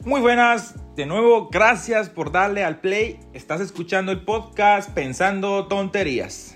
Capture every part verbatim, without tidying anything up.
Muy buenas, de nuevo, gracias por darle al play. Estás escuchando el podcast Pensando Tonterías.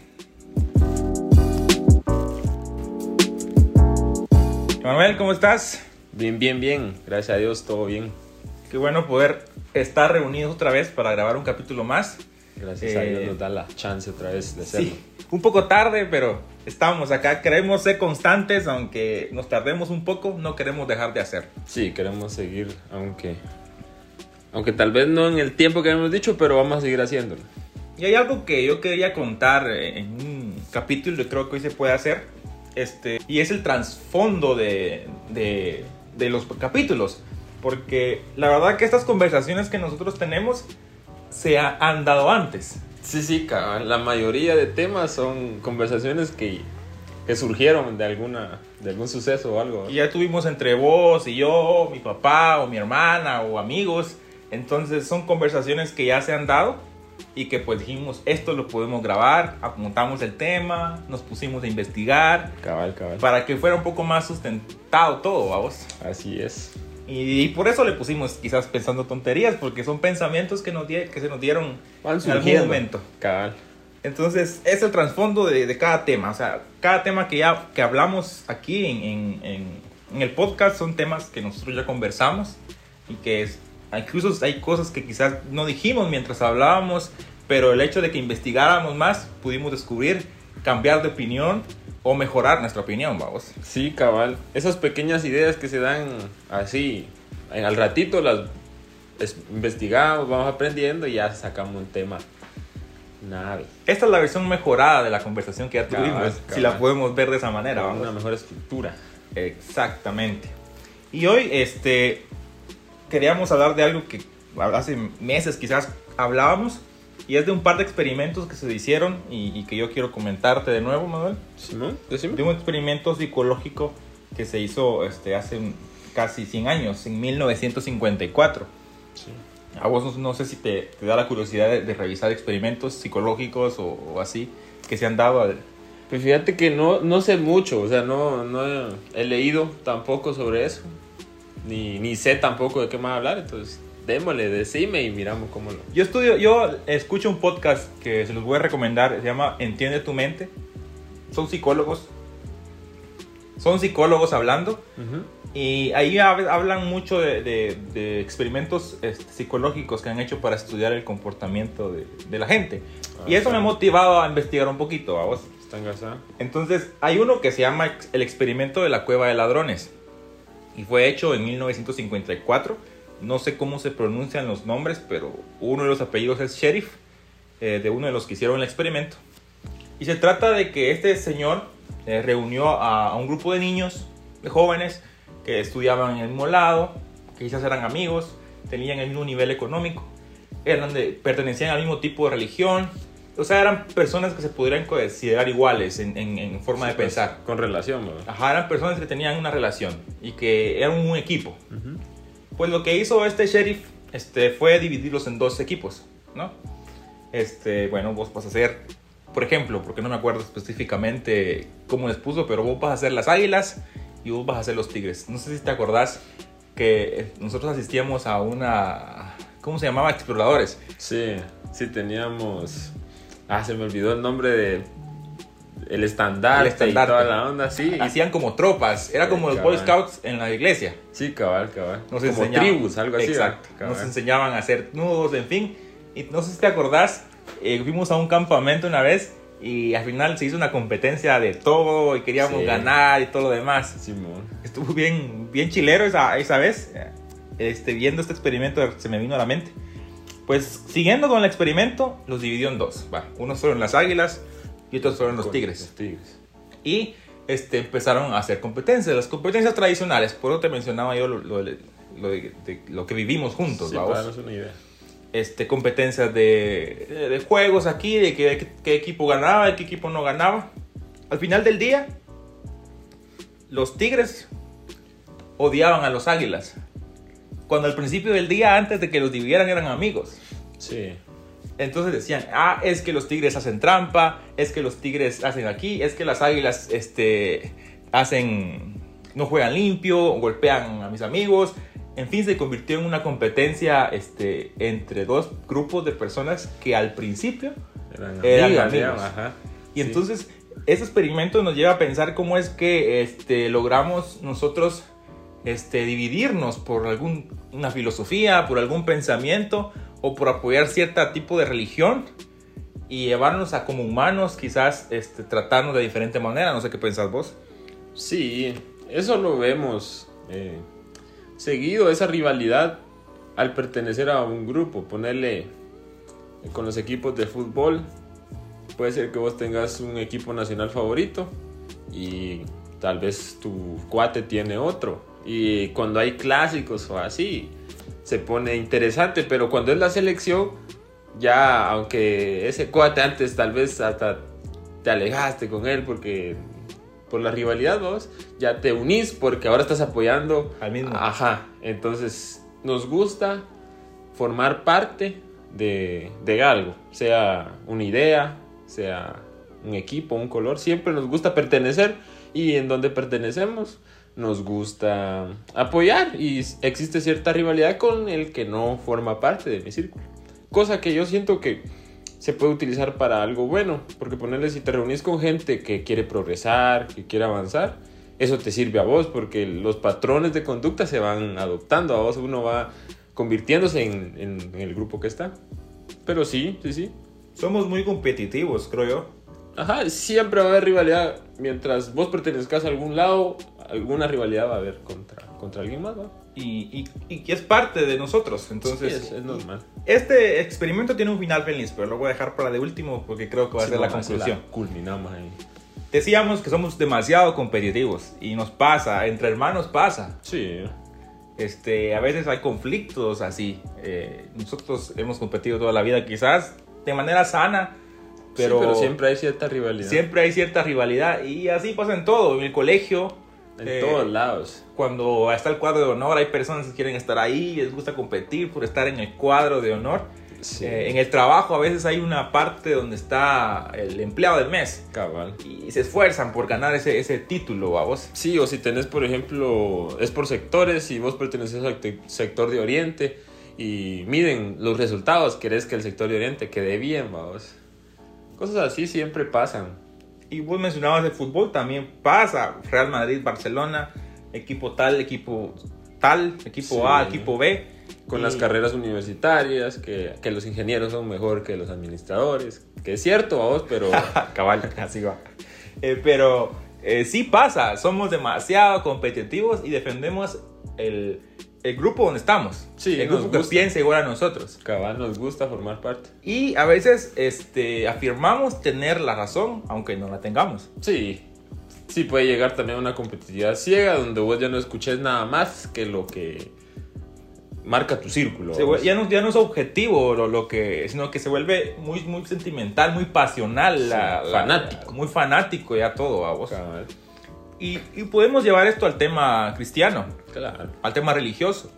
Manuel, ¿cómo estás? Bien, bien, bien. Gracias a Dios, todo bien. Qué bueno poder estar reunidos otra vez para grabar un capítulo más. Gracias eh, a Dios nos da la chance otra vez de hacerlo. Sí, un poco tarde, pero estamos acá. Queremos ser constantes, aunque nos tardemos un poco, no queremos dejar de hacer. Sí, queremos seguir, aunque, aunque tal vez no en el tiempo que hemos dicho, pero vamos a seguir haciéndolo. Y hay algo que yo quería contar en un capítulo, yo creo que hoy se puede hacer, este, y es el trasfondo de, de, de los capítulos. Porque la verdad que estas conversaciones que nosotros tenemos se ha, han dado antes. Sí, sí, cabrón. La mayoría de temas son conversaciones que, que surgieron de, alguna, de algún suceso o algo. Y ya tuvimos entre vos y yo, mi papá o mi hermana o amigos. Entonces son conversaciones que ya se han dado y que pues dijimos, esto lo podemos grabar, apuntamos el tema, nos pusimos a investigar. Cabal, cabal. Para que fuera un poco más sustentado todo, ¿vamos? Así es. Y, y por eso le pusimos quizás Pensando Tonterías, porque son pensamientos que, nos die, que se nos dieron en algún momento. Cabal. Entonces es el trasfondo de, de cada tema. O sea, cada tema que ya que hablamos aquí en, en, en, en el podcast son temas que nosotros ya conversamos y que es, incluso hay cosas que quizás no dijimos mientras hablábamos, pero el hecho de que investigáramos más pudimos descubrir, cambiar de opinión o mejorar nuestra opinión, vamos. Sí, cabal. Esas pequeñas ideas que se dan así, al ratito las investigamos, vamos aprendiendo y ya sacamos un tema. Nave. Esta es la versión mejorada de la conversación que ya tuvimos, cabal, cabal. Si la podemos ver de esa manera. Con una mejor estructura. Exactamente. Y hoy este, queríamos hablar de algo que hace meses quizás hablábamos. Y es de un par de experimentos que se hicieron y, y que yo quiero comentarte de nuevo, Manuel. ¿Sí, no? Decime. De un experimento psicológico que se hizo este, hace un, casi cien años, en mil novecientos cincuenta y cuatro. Sí. A vos no, no sé si te, te da la curiosidad de, de revisar experimentos psicológicos o, o así que se han dado. A... Pues fíjate que no, no sé mucho, o sea, no, no he, he leído tampoco sobre eso. Ni, ni sé tampoco de qué más hablar, entonces... Démosle, decime y miramos cómo lo... Yo estudio, yo escucho un podcast que se los voy a recomendar, se llama Entiende tu mente. Son psicólogos. Son psicólogos hablando. Uh-huh. Y ahí hablan mucho de, de, de experimentos este, psicológicos que han hecho para estudiar el comportamiento de, de la gente. Ah, y eso me ha motivado a investigar un poquito, ¿a vos? ¿Están casados? Entonces, hay uno que se llama el experimento de la cueva de ladrones. Y fue hecho en mil novecientos cincuenta y cuatro. No sé cómo se pronuncian los nombres, pero uno de los apellidos es Sheriff, eh, de uno de los que hicieron el experimento. Y se trata de que este señor eh, reunió a, a un grupo de niños, de jóvenes, que estudiaban en el mismo lado, que quizás eran amigos, tenían el mismo nivel económico, eran de, pertenecían al mismo tipo de religión. O sea, eran personas que se podrían considerar iguales en, en, en forma sí, de pues, pensar. Con relación, ¿verdad? Ajá, eran personas que tenían una relación y que eran un equipo. Uh-huh. Pues lo que hizo este sheriff este, fue dividirlos en dos equipos, ¿no? Este, bueno, vos vas a hacer, por ejemplo, porque no me acuerdo específicamente cómo les puso, pero vos vas a hacer las águilas y vos vas a hacer los tigres. No sé si te acordás que nosotros asistíamos a una, ¿cómo se llamaba? Exploradores. Sí, sí teníamos, ah, se me olvidó el nombre de... El estandarte, el estandarte y toda la onda, sí. Hacían como tropas, era como sí, los Boy Scouts en la iglesia. Sí, cabal, cabal. Nos como tribus, algo así. Exacto, cabal. Nos enseñaban a hacer nudos, en fin. Y no sé si te acordás, eh, fuimos a un campamento una vez y al final se hizo una competencia de todo y queríamos sí. ganar y todo lo demás. Sí, mon. Estuvo bien, bien chilero esa, esa vez. Este, viendo este experimento se me vino a la mente. Pues siguiendo con el experimento, los dividió en dos. Va, unos fueron las águilas y otros fueron los tigres. Los tigres. Y este, empezaron a hacer competencias, las competencias tradicionales. Por eso te mencionaba yo lo, lo, lo, de, de, lo que vivimos juntos. Sí, para darnos una idea. Este, competencias de, de, de juegos aquí, de qué, qué equipo ganaba, de qué equipo no ganaba. Al final del día, los tigres odiaban a los águilas. Cuando al principio del día, antes de que los dividieran, eran amigos. Sí. Entonces decían, ah, es que los tigres hacen trampa, es que los tigres hacen aquí, es que las águilas este, hacen, no juegan limpio, golpean a mis amigos. en fin, se convirtió en una competencia este, entre dos grupos de personas que al principio Eran, eran amigas, amigos. digamos, ajá. Y Sí. entonces, ese experimento nos lleva a pensar cómo es que este, logramos nosotros este, dividirnos por alguna filosofía, por algún pensamiento o por apoyar cierto tipo de religión y llevarnos a como humanos quizás este, tratarnos de diferente manera. No sé qué pensás vos. Sí, eso lo vemos eh, seguido, esa rivalidad al pertenecer a un grupo, ponerle eh, con los equipos de fútbol. Puede ser que vos tengas un equipo nacional favorito y tal vez tu cuate tiene otro. Y cuando hay clásicos o así, se pone interesante. Pero cuando es la selección, ya aunque ese cuate antes tal vez hasta te alejaste con él porque por la rivalidad, vos ya te unís porque ahora estás apoyando Al mismo. Ajá, entonces nos gusta formar parte de, de algo, sea una idea, sea un equipo, un color, siempre nos gusta pertenecer y en donde pertenecemos nos gusta apoyar y existe cierta rivalidad con el que no forma parte de mi círculo, cosa que yo siento que se puede utilizar para algo bueno, porque ponerle si te reunís con gente que quiere progresar, que quiere avanzar, eso te sirve a vos, porque los patrones de conducta se van adoptando a vos, uno va convirtiéndose en, en, en el grupo que está. Pero sí, sí, sí. Somos muy competitivos, creo yo. Ajá, siempre va a haber rivalidad. Mientras vos pertenezcas a algún lado, alguna rivalidad va a haber contra, contra alguien más, ¿no? Y, y, y que es parte de nosotros. Entonces, Sí, es, es normal. este experimento tiene un final feliz, pero lo voy a dejar para de último porque creo que va a Sí, ser la vamos a conclusión. la culminamos ahí. Decíamos que somos demasiado competitivos y nos pasa, entre hermanos pasa. Sí. Este, a veces hay conflictos así. Eh, nosotros hemos competido toda la vida, quizás de manera sana, pero, Sí, pero siempre hay cierta rivalidad. siempre hay cierta rivalidad y así pasa en todo, en el colegio. En eh, todos lados. Cuando está el cuadro de honor, hay personas que quieren estar ahí, les gusta competir por estar en el cuadro de honor. Sí. Eh, en el trabajo a veces hay una parte donde está el empleado del mes Cabal. y se esfuerzan por ganar ese, ese título, ¿a vos? Sí, o si tenés, por ejemplo, es por sectores y vos perteneces al te- sector de Oriente y miden los resultados, querés que el sector de Oriente quede bien, vamos. Cosas así siempre pasan. Y vos mencionabas el fútbol, también pasa. Real Madrid, Barcelona, equipo tal, equipo tal, equipo Sí. A, equipo B. Con Y- las carreras universitarias, que, que los ingenieros son mejor que los administradores, que es cierto, vamos, pero... Cabal, así va. Eh, pero eh, sí pasa, somos demasiado competitivos y defendemos el, el grupo donde estamos. Sí, el nos grupo que gusta. piensa igual a nosotros. Cabal, nos gusta formar parte. Y a veces este, afirmamos tener la razón, aunque no la tengamos. Sí, sí puede llegar también a una competitividad ciega donde vos ya no escuches nada más que lo que marca tu círculo. Se vuel- ya, no, ya no es objetivo lo, lo que, sino que se vuelve muy, muy sentimental, muy pasional, Sí, la- la- fanático. muy fanático ya todo, vamos. Cabal, Y, y podemos llevar esto al tema cristiano, claro. al tema religioso.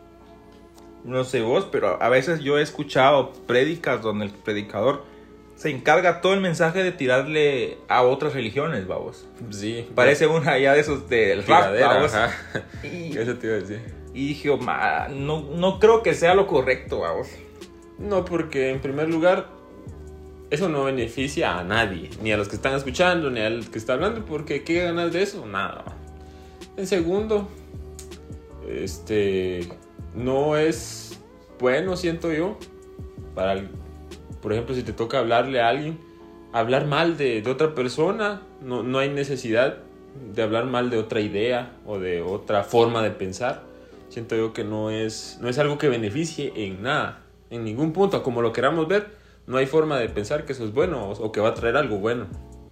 No sé vos, pero a veces yo he escuchado prédicas donde el predicador se encarga todo el mensaje de tirarle a otras religiones, vamos. Sí. Parece una ya de esos del rap, tiradera, vamos. ajá. Y, Eso te iba a decir. y dije, "Ma, no, no creo que sea lo correcto, vamos. No, porque en primer lugar, eso no beneficia a nadie, ni a los que están escuchando, ni al que está hablando, porque ¿qué ganas de eso? Nada. En segundo, este, no es bueno, siento yo, para, el- por ejemplo, si te toca hablarle a alguien, hablar mal de, de otra persona, no, no hay necesidad de hablar mal de otra idea o de otra forma de pensar. Siento yo que no es, no es algo que beneficie en nada, en ningún punto, como lo queramos ver, no hay forma de pensar que eso es bueno o, o que va a traer algo bueno.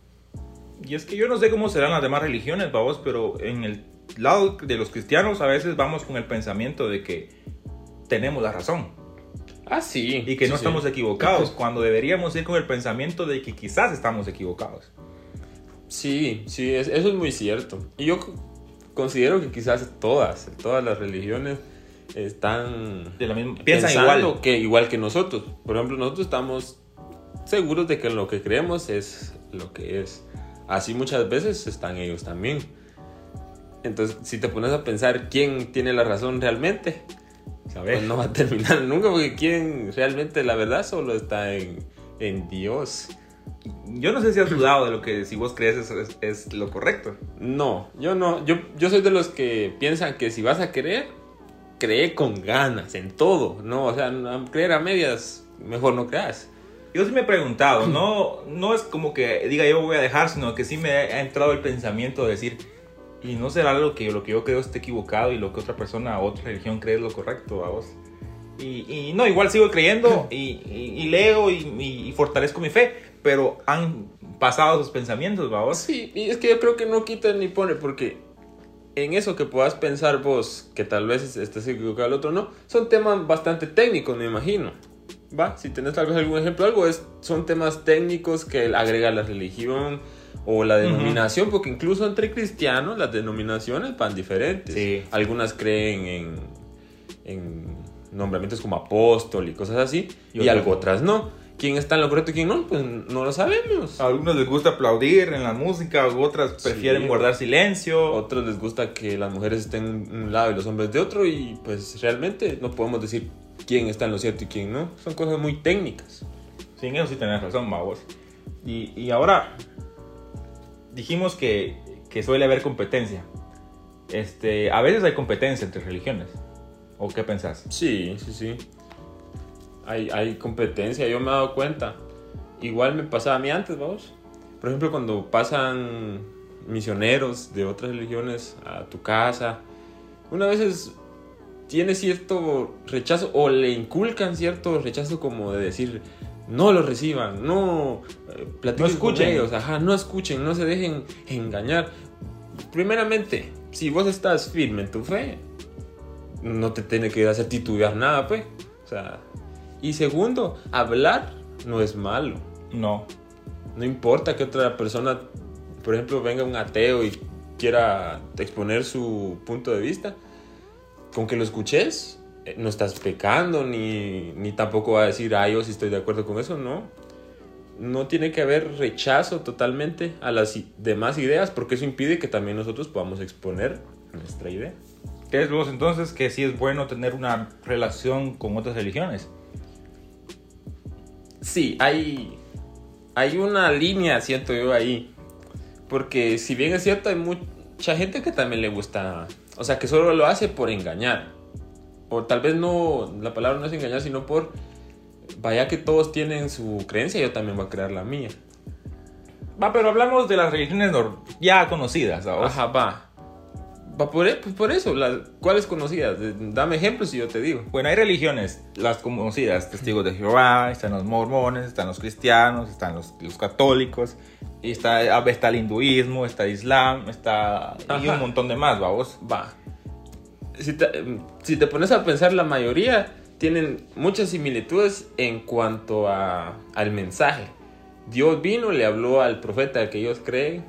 Y es que yo no sé cómo serán las demás religiones, vamos, pero en el lado de los cristianos a veces vamos con el pensamiento de que tenemos la razón Ah, sí. y que no Sí, estamos sí. equivocados, cuando deberíamos ir con el pensamiento de que quizás estamos equivocados. Sí, sí, es- eso es muy cierto. Y yo c- considero que quizás todas, todas las religiones están De la misma, piensan pensando igual. que igual que nosotros. Por ejemplo, nosotros estamos seguros de que lo que creemos es lo que es. Así muchas veces están ellos también. Entonces, si te pones a pensar quién tiene la razón realmente, ¿sabes? Pues no va a terminar nunca, porque quien realmente la verdad solo está en, en Dios. Yo no sé si has dudado de lo que, si vos crees es, es, es lo correcto. No, yo no. Yo, yo soy de los que piensan que si vas a creer, cree con ganas, en todo, ¿no? O sea, creer a medias, mejor no creas. Yo sí me he preguntado, no, no es como que diga yo voy a dejar, sino que sí me ha entrado el pensamiento de decir, y no será lo que, lo que yo creo esté equivocado y lo que otra persona o otra religión cree es lo correcto, vamos. Y, y no, igual sigo creyendo y, y, y leo y, y, y fortalezco mi fe, pero han pasado esos pensamientos, vamos. Sí, y es que yo creo que no quita ni pone, porque en eso que puedas pensar vos, que tal vez estés equivocado, el otro no, son temas bastante técnicos, me imagino. ¿Va? Si tenés tal vez algún ejemplo, algo es, son temas técnicos que agrega la religión o la denominación, uh-huh. Porque incluso entre cristianos las denominaciones van diferentes. Sí. Algunas creen en, en nombramientos como apóstol y cosas así, y, y algo otras no. ¿Quién está en lo correcto y quién no? Pues no lo sabemos. A algunos les gusta aplaudir en la música, a otras prefieren sí. guardar silencio. A otros les gusta que las mujeres estén de un lado y los hombres de otro, y pues realmente no podemos decir quién está en lo cierto y quién no. Son cosas muy técnicas. Sí, en eso sí tenés razón, vos. Y, y ahora dijimos que, que suele haber competencia. Este, a veces hay competencia entre religiones. ¿O qué pensás? Sí, sí, sí. Hay, hay competencia, yo me he dado cuenta. Igual me pasaba a mí antes, vamos. Por ejemplo, cuando pasan misioneros de otras religiones a tu casa, una vez es, tiene cierto rechazo o le inculcan cierto rechazo, como de decir no lo reciban, no eh, platiquen no escuchen. con ellos, ajá, no escuchen, no se dejen engañar. Primeramente, si vos estás firme en tu fe, no te tiene que hacer titubear nada, pues. O sea, y segundo, hablar no es malo. No. No importa que otra persona, por ejemplo, venga un ateo y quiera exponer su punto de vista, con que lo escuches, no estás pecando, ni, ni tampoco va a decir, ah, yo sí estoy de acuerdo con eso, no. No tiene que haber rechazo totalmente a las demás ideas, porque eso impide que también nosotros podamos exponer nuestra idea. ¿Crees vos entonces que sí es bueno tener una relación con otras religiones? Sí, hay, hay una línea, siento yo, ahí. Porque si bien es cierto, hay mucha gente que también le gusta, o sea, que solo lo hace por engañar. O tal vez no, la palabra no es engañar, sino por, vaya que todos tienen su creencia, yo también voy a crear la mía. Va, pero hablamos de las religiones ya conocidas, ¿sabes? Ajá, va. Va por, pues por eso, las, ¿cuáles conocidas? Dame ejemplos y yo te digo. Bueno, hay religiones, las conocidas, testigos de Jehová, están los mormones, están los cristianos, están los, los católicos, y está, está el hinduismo, está el islam, está y un montón de más, vamos. Va. Si te, si te pones a pensar, la mayoría tienen muchas similitudes en cuanto a, al mensaje. Dios vino, le habló al profeta al que ellos creen.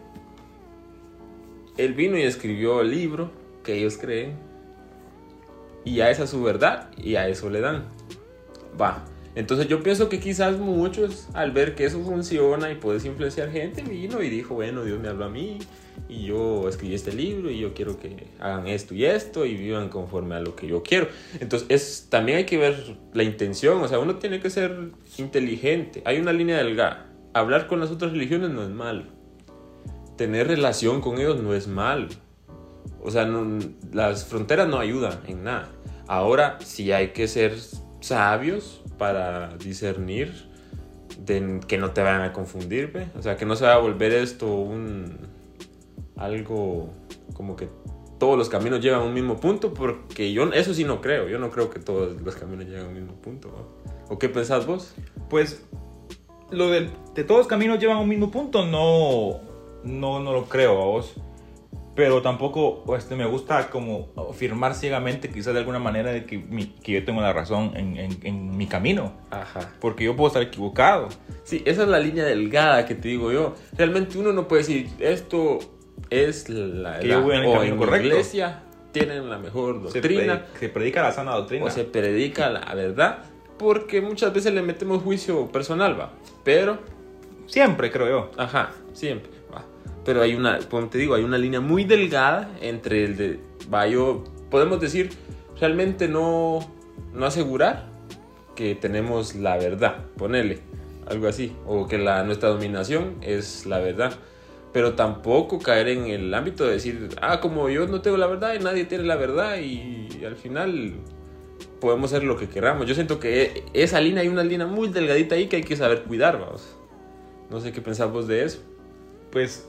Él vino y escribió el libro que ellos creen, y a esa es su verdad, y a eso le dan. Va. Entonces yo pienso que quizás muchos, al ver que eso funciona y puedes influenciar gente, vino y dijo, bueno, Dios me habló a mí, y yo escribí este libro, y yo quiero que hagan esto y esto, y vivan conforme a lo que yo quiero. Entonces es, también hay que ver la intención, o sea, uno tiene que ser inteligente. Hay una línea delgada. Hablar con las otras religiones no es malo. Tener relación con ellos no es malo. O sea, no, las fronteras no ayudan en nada. Ahora sí hay que ser sabios para discernir de que no te vayan a confundir, ¿ve? O sea, que no se vaya a volver esto un algo como que todos los caminos llegan a un mismo punto, porque yo eso sí no creo. Yo no creo que todos los caminos lleguen a un mismo punto, ¿no? ¿O qué pensás vos? Pues lo de, de todos los caminos llevan a un mismo punto no... No, no lo creo, a vos. Pero tampoco este, me gusta como afirmar ciegamente, quizás de alguna manera, de que, mi, que yo tengo la razón en, en, en mi camino. Ajá. Porque yo puedo estar equivocado. Sí, esa es la línea delgada que te digo yo. Realmente uno no puede decir, esto es la... Que yo voy en el o camino en correcto. La iglesia tienen la mejor doctrina. Se, predica, se predica la sana doctrina. O se predica la verdad. Porque muchas veces le metemos juicio personal, va. Pero... Siempre, creo yo. Ajá, siempre. Pero hay una, como te digo, hay una línea muy delgada entre el de, va, yo, podemos decir, realmente no, no asegurar que tenemos la verdad, ponele, algo así, o que la, nuestra dominación es la verdad, pero tampoco caer en el ámbito de decir, ah, como yo no tengo la verdad y nadie tiene la verdad, y, y al final podemos hacer lo que queramos. Yo siento que esa línea, hay una línea muy delgadita ahí que hay que saber cuidar, vamos. No sé qué pensás vos de eso. Pues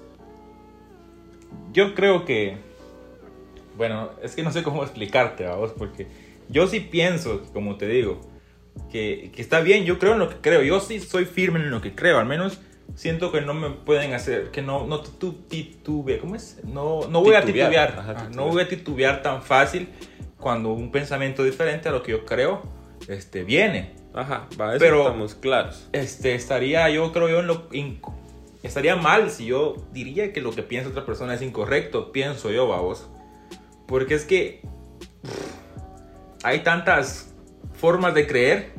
yo creo que, bueno, es que no sé cómo explicarte, vamos, porque yo sí pienso, como te digo, que, que está bien, yo creo en lo que creo, yo sí soy firme en lo que creo, al menos siento que no me pueden hacer, que no, no tu, titube, ¿cómo es? No, no voy Titubear. a titubear, Ajá, titubear. no voy a titubear tan fácil cuando un pensamiento diferente a lo que yo creo este, viene. Ajá, va, eso pero estamos claros. Este, estaría, yo creo yo, en lo, in, estaría mal si yo diría que lo que piensa otra persona es incorrecto, pienso yo, vamos. Porque es que pff, hay tantas formas de creer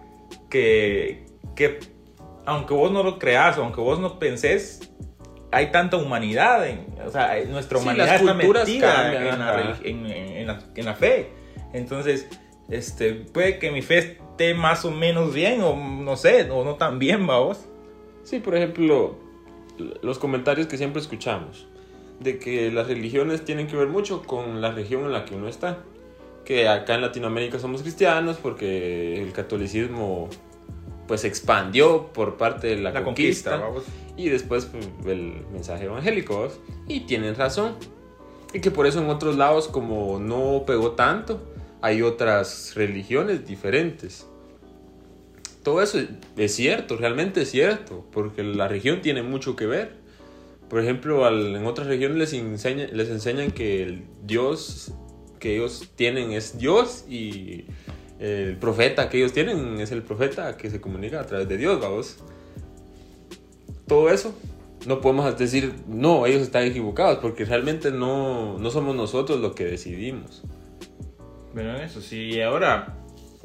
que, que aunque vos no lo creas, aunque vos no pensés, hay tanta humanidad, en, o sea, nuestra Sí, humanidad las está culturas metida cambian, en, la, en, en, en, la, en la fe. Entonces, este, puede que mi fe esté más o menos bien, o no sé, o no tan bien, vamos. Sí, por ejemplo, los comentarios que siempre escuchamos, de que las religiones tienen que ver mucho con la región en la que uno está. Que acá en Latinoamérica somos cristianos porque el catolicismo pues expandió por parte de la, La conquista, conquista, vamos. y después pues, el mensaje evangélico, ¿vos? Y tienen razón, y que por eso en otros lados, como no pegó tanto, hay otras religiones diferentes. Todo eso es cierto, realmente es cierto, porque la región tiene mucho que ver. Por ejemplo, al, en otras regiones les, enseña, les enseñan que el Dios que ellos tienen es Dios, y el profeta que ellos tienen es el profeta que se comunica a través de Dios, vamos. Todo eso no podemos decir, no, ellos están equivocados, porque realmente no, no somos nosotros los que decidimos. Bueno, eso sí, ahora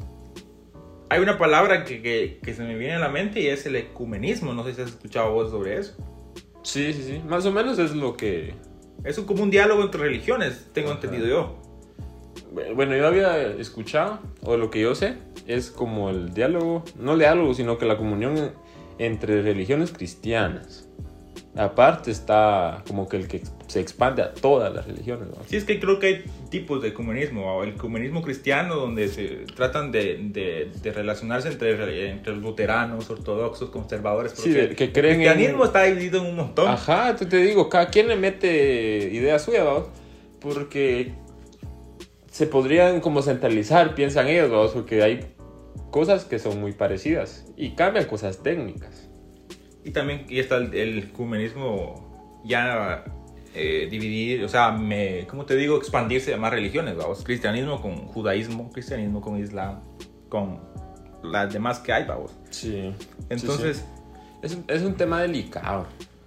hay una palabra que, que, que se me viene a la mente y es el ecumenismo. No sé si has escuchado vos sobre eso. Sí, sí, sí, más o menos es lo que... Es como un diálogo entre religiones, tengo Ajá. entendido yo. Bueno, yo había escuchado, o lo que yo sé, es como el diálogo, no diálogo, sino que la comunión entre religiones cristianas. Aparte está como que el que se expande a todas las religiones, ¿no? Sí, es que creo que hay tipos de ecumenismo, ¿no? El ecumenismo cristiano, donde se tratan de, de, de relacionarse entre, entre los luteranos, ortodoxos, conservadores, Sí, porque que creen el cristianismo en... está dividido en un montón. Ajá, te, te digo, cada quien le mete ideas suyas, ¿no? Porque se podrían como centralizar, piensan ellos, ¿no? Porque hay cosas que son muy parecidas y cambian cosas técnicas. Y también y está el, el ecumenismo ya eh, dividir, o sea, me, ¿cómo te digo? Expandirse a más religiones, vamos. Cristianismo con judaísmo, cristianismo con islam, con las demás que hay, vamos. Sí. Entonces, sí, sí. Es, un, es un tema delicado.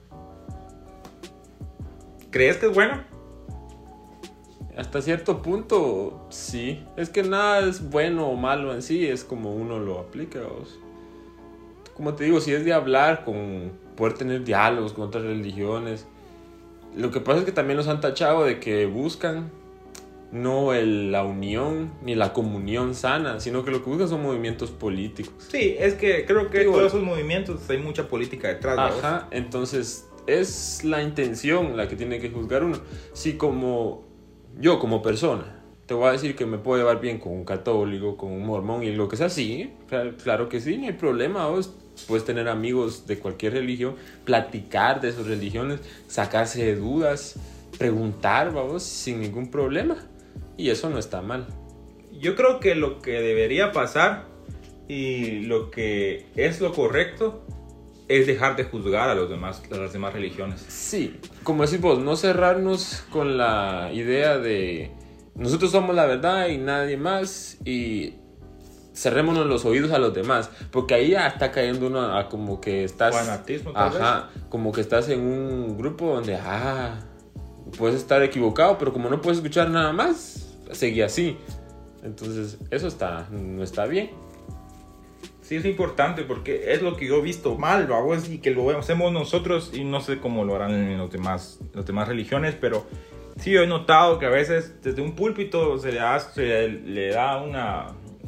¿crees que es bueno? Hasta cierto punto, sí. Es que nada es bueno o malo en sí, es como uno lo aplica, vamos. Como te digo, si es de hablar, con poder tener diálogos con otras religiones. Lo que pasa es que también nos han tachado de que buscan no el, la unión ni la comunión sana, sino que lo que buscan son movimientos políticos. Sí, es que creo que Digo, todos esos movimientos hay mucha política detrás, ¿vamos? Ajá, entonces es la intención la que tiene que juzgar uno. Si como yo como persona te voy a decir que me puedo llevar bien con un católico, con un mormón y lo que sea, sí, claro, claro que sí, no hay problema, vos puedes tener amigos de cualquier religión, platicar de sus religiones, sacarse de dudas, preguntar, vamos, sin ningún problema, y eso no está mal. Yo creo que lo que debería pasar y lo que es lo correcto es dejar de juzgar a, los demás, a las demás religiones. Sí, como decís vos, no cerrarnos con la idea de nosotros somos la verdad y nadie más, y cerrémonos los oídos a los demás, porque ahí ya está cayendo uno a como que estás... Fanatismo, tal Ajá, vez. como que estás en un grupo donde, ah, puedes estar equivocado, pero como no puedes escuchar nada más, seguí así. Entonces, eso está, no está bien. Sí, es importante porque es lo que yo he visto mal, vamos, y que lo hacemos nosotros y no sé cómo lo harán en los demás, las demás religiones, pero sí yo he notado que a veces desde un púlpito se le da, se le da una,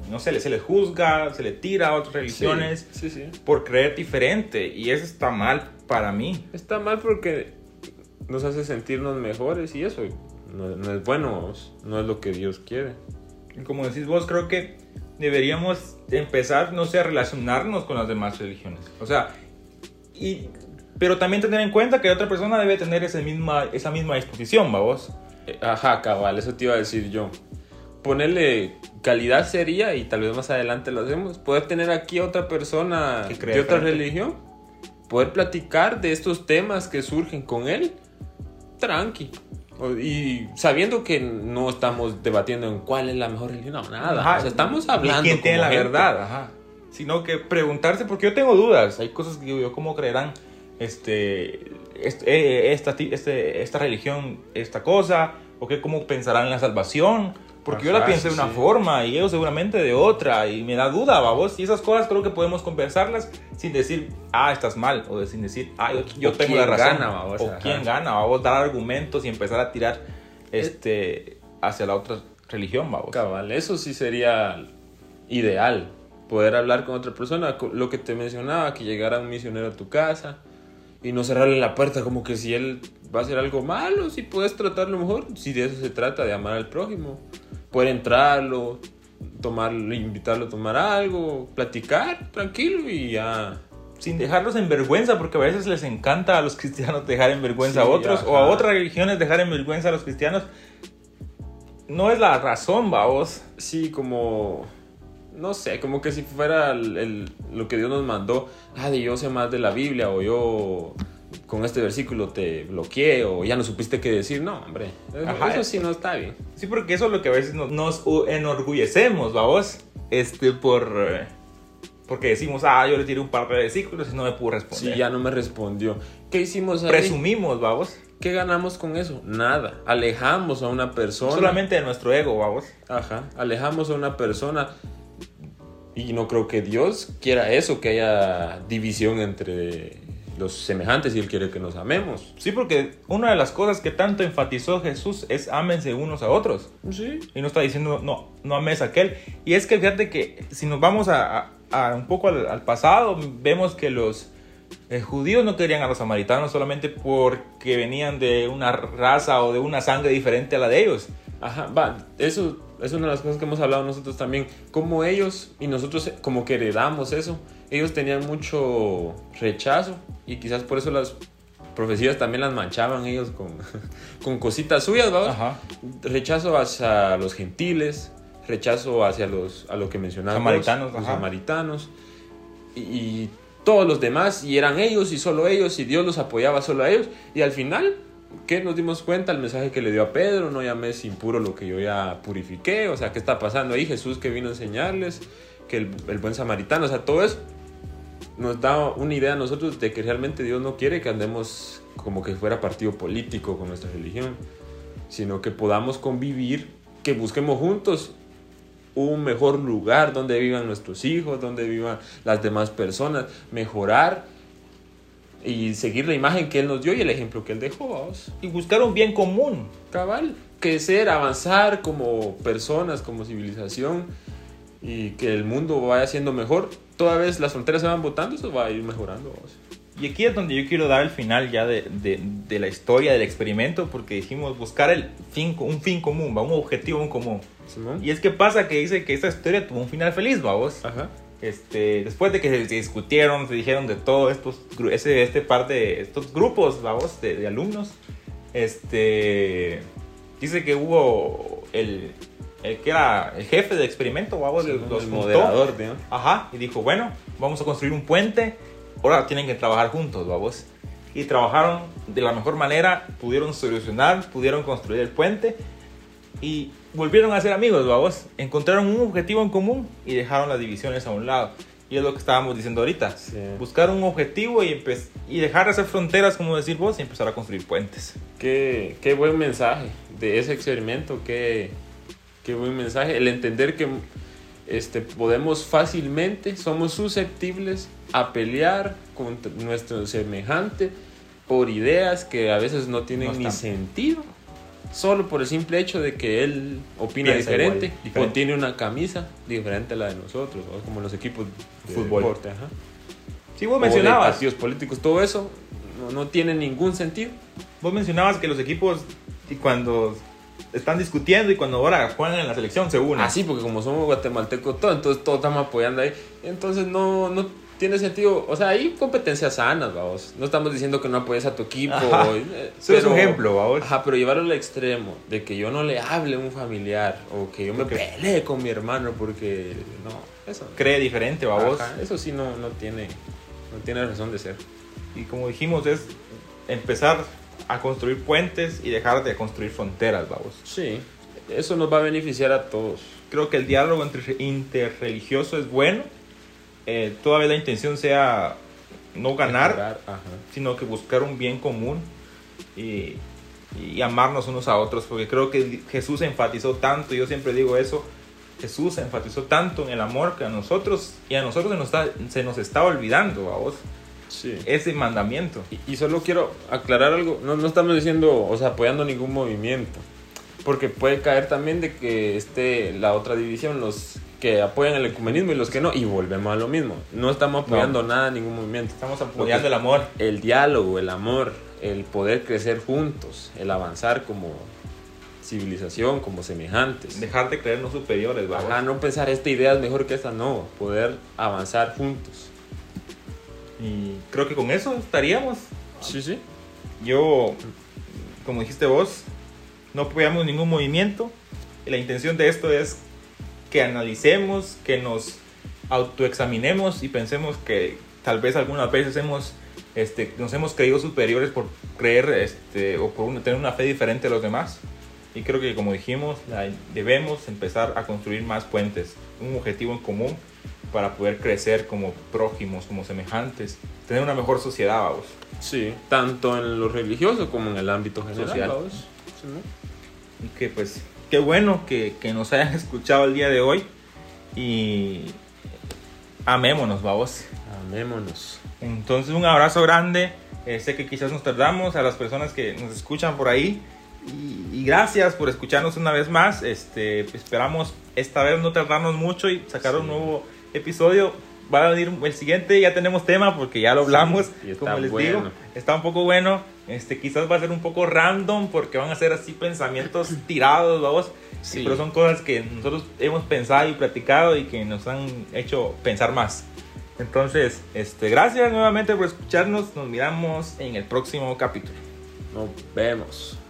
no sé, se les juzga, se le tira a otras religiones sí, sí, sí. por creer diferente. Y eso está mal para mí. Está mal porque nos hace sentirnos mejores y eso no, no es bueno, no es lo que Dios quiere. Como decís vos, creo que deberíamos empezar, no sé, a relacionarnos con las demás religiones. O sea, y, pero también tener en cuenta que otra persona debe tener esa misma, esa misma disposición, ¿vos? Ajá, cabal, eso te iba a decir yo. Ponerle calidad sería, y tal vez más adelante lo hacemos, poder tener aquí a otra persona que cree de otra diferente. religión, poder platicar de estos temas que surgen con él, tranqui. Y sabiendo que no estamos debatiendo en cuál es la mejor religión, no, nada. Ajá, o sea, estamos hablando. quién tiene como la gente. verdad, ajá. Sino que preguntarse, porque yo tengo dudas. Hay cosas que digo yo, ¿cómo creerán este, este, esta, este, esta religión, esta cosa? ¿O qué, cómo pensarán en la salvación? Porque Ajá, yo la pienso sí, de una sí. forma y ellos seguramente de otra. Y me da duda, babos. Y esas cosas creo que podemos conversarlas sin decir, ah, estás mal. O sin decir, ah, yo, yo O tengo quién la razón. gana, babos, o ajá. quién gana, babos. Dar argumentos y empezar a tirar este, hacia la otra religión, babos. Cabal, eso sí sería ideal. Poder hablar con otra persona. Lo que te mencionaba, que llegara un misionero a tu casa y no cerrarle la puerta como que si él va a hacer algo malo, si puedes tratarlo mejor, si de eso se trata, de amar al prójimo, poder entrarlo, tomarlo, invitarlo a tomar algo, platicar tranquilo y ya. Sin dejarlos en vergüenza, porque a veces les encanta a los cristianos dejar en vergüenza Sí, a otros, ajá. o a otras religiones dejar en vergüenza a los cristianos. No es la razón, vaos. Sí, como, no sé, como que si fuera el, el- lo que Dios nos mandó, ah, de yo sé más de la Biblia, o yo con este versículo te bloqueé, o ya no supiste qué decir. No, hombre, eso, Ajá. eso sí no está bien. Sí, porque eso es lo que a veces nos, nos u- enorgullecemos, vaos. Este, por... eh, Porque decimos, ah, yo le tiré un par de versículos y no me pudo responder. Sí, ya no me respondió. ¿Qué hicimos ahí? Presumimos, vamos. ¿Qué ganamos con eso? Nada. Alejamos a una persona. Solamente de nuestro ego, vamos. Ajá. Alejamos a una persona. Y no creo que Dios quiera eso, que haya división entre los semejantes y Él quiere que nos amemos. Sí, porque una de las cosas que tanto enfatizó Jesús es ámense unos a otros. Sí. Y no está diciendo, no, no ames a aquel. Y es que fíjate que si nos vamos a, a, a un poco al, al pasado, vemos que los eh, judíos no querían a los samaritanos solamente porque venían de una raza o de una sangre diferente a la de ellos. Ajá, va, eso es una de las cosas que hemos hablado nosotros también. Como ellos y nosotros como que heredamos eso. Ellos tenían mucho rechazo y quizás por eso las profecías también las manchaban ellos con, con cositas suyas, ¿verdad? Ajá. Rechazo hacia los gentiles, rechazo hacia los, a lo que mencionamos, Samaritanos, los ajá. samaritanos y, y todos los demás, y eran ellos y solo ellos, y Dios los apoyaba solo a ellos. Y al final, ¿qué nos dimos cuenta? El mensaje que le dio a Pedro: no llames impuro lo que yo ya purifiqué. O sea, ¿qué está pasando ahí? Jesús que vino a enseñarles, que el, el buen samaritano, o sea, todo eso nos da una idea a nosotros de que realmente Dios no quiere que andemos como que fuera partido político con nuestra religión, sino que podamos convivir, que busquemos juntos un mejor lugar donde vivan nuestros hijos, donde vivan las demás personas, mejorar y seguir la imagen que Él nos dio y el ejemplo que Él dejó, vamos. Y buscar un bien común. Cabal, crecer, avanzar como personas, como civilización, y que el mundo vaya siendo mejor. Toda vez las fronteras se van botando, eso va a ir mejorando, vamos. Y aquí es donde yo quiero dar el final ya de, de, de la historia del experimento, porque dijimos buscar el fin, un fin común, ¿va? Un objetivo en común. ¿Simón? Y es que pasa que dice que esta historia tuvo un final feliz, vamos. Ajá. Este, después de que se, se discutieron, se dijeron de todo estos, gru- ese, este par de estos grupos, vamos, de, de alumnos, este, dice que hubo el, el que era el jefe del experimento, vamos, Sí, los el juntó. moderador, ¿no? Ajá, y dijo, bueno, vamos a construir un puente, ahora tienen que trabajar juntos, vamos. Y trabajaron de la mejor manera, pudieron solucionar, pudieron construir el puente y volvieron a ser amigos, vamos. Encontraron un objetivo en común y dejaron las divisiones a un lado. Y es lo que estábamos diciendo ahorita. Sí. Buscar un objetivo y, empe- y dejar de hacer fronteras, como decir vos, y empezar a construir puentes. Qué, qué buen mensaje de ese experimento, qué, qué buen mensaje. El entender que este, podemos fácilmente, somos susceptibles a pelear con nuestro semejante por ideas que a veces no tienen No ni están. sentido, solo por el simple hecho de que él opina Piensa diferente, igual, diferente. o tiene una camisa diferente a la de nosotros, ¿no? Como los equipos de Fútbol. deporte, ajá. Sí, vos O de mencionabas, partidos políticos, todo eso no, no tiene ningún sentido. vos mencionabas que los equipos y cuando están discutiendo y cuando ahora juegan en la selección se unen. Así, porque como somos guatemaltecos todos, entonces todos estamos apoyando ahí. Entonces no, no tiene sentido. O sea, hay competencias sanas, vamos. No estamos diciendo que no apoyes a tu equipo. Ajá. eh, Eso es un ejemplo, vamos. Ajá, pero llevarlo al extremo de que yo no le hable a un familiar o que yo me Porque- pelee con mi hermano porque no, eso. Cree diferente, vamos. Ajá, eso sí no, no tiene no tiene razón de ser. Y como dijimos, es empezar a construir puentes y dejar de construir fronteras, vamos. Sí, eso nos va a beneficiar a todos. Creo que el diálogo entre interreligioso es bueno. Eh, todavía la intención sea no ganar, Mejorar, ajá. sino que buscar un bien común y, y amarnos unos a otros, porque creo que Jesús enfatizó tanto, yo siempre digo eso, Jesús enfatizó tanto en el amor que a nosotros, y a nosotros se nos está, se nos está olvidando, a vos, Sí. ese mandamiento. Y, y solo quiero aclarar algo, no, no estamos diciendo, o sea, apoyando ningún movimiento, porque puede caer también de que esté la otra división, los que apoyan el ecumenismo y los que no, y volvemos a lo mismo. No estamos apoyando No. nada, ningún movimiento. Estamos apoyando el amor. El diálogo, el amor, el poder crecer juntos, el avanzar como civilización, como semejantes. Dejar de creernos superiores, ¿va? Ajá, no pensar esta idea es mejor que esta, no, poder avanzar juntos. Y creo que con eso estaríamos. Sí, sí. Yo, como dijiste vos, no apoyamos ningún movimiento. Y la intención de esto es que analicemos, que nos autoexaminemos y pensemos que tal vez algunas veces hemos, este, nos hemos creído superiores por creer este, o por una- tener una fe diferente a los demás. Y creo que, como dijimos, la- debemos empezar a construir más puentes, un objetivo en común para poder crecer como prójimos, como semejantes, tener una mejor sociedad, vamos. Sí, tanto en lo religioso como en el ámbito general. Social. ¿Vamos? Sí, ¿no? Y que pues, qué bueno que, que nos hayan escuchado el día de hoy. Y amémonos, vamos. Amémonos. Entonces, un abrazo grande. Eh, sé que quizás nos tardamos a las personas que nos escuchan por ahí. Y, y gracias por escucharnos una vez más. Este, esperamos esta vez no tardarnos mucho y sacar Sí. un nuevo episodio. Va a venir el siguiente, ya tenemos tema porque ya lo hablamos. Sí, y está como les bueno. digo, está un poco bueno. Este, quizás va a ser un poco random porque van a ser así pensamientos tirados, vamos. Sí. Pero son cosas que nosotros hemos pensado y platicado y que nos han hecho pensar más. Entonces, este, gracias nuevamente por escucharnos. Nos miramos en el próximo capítulo. Nos vemos.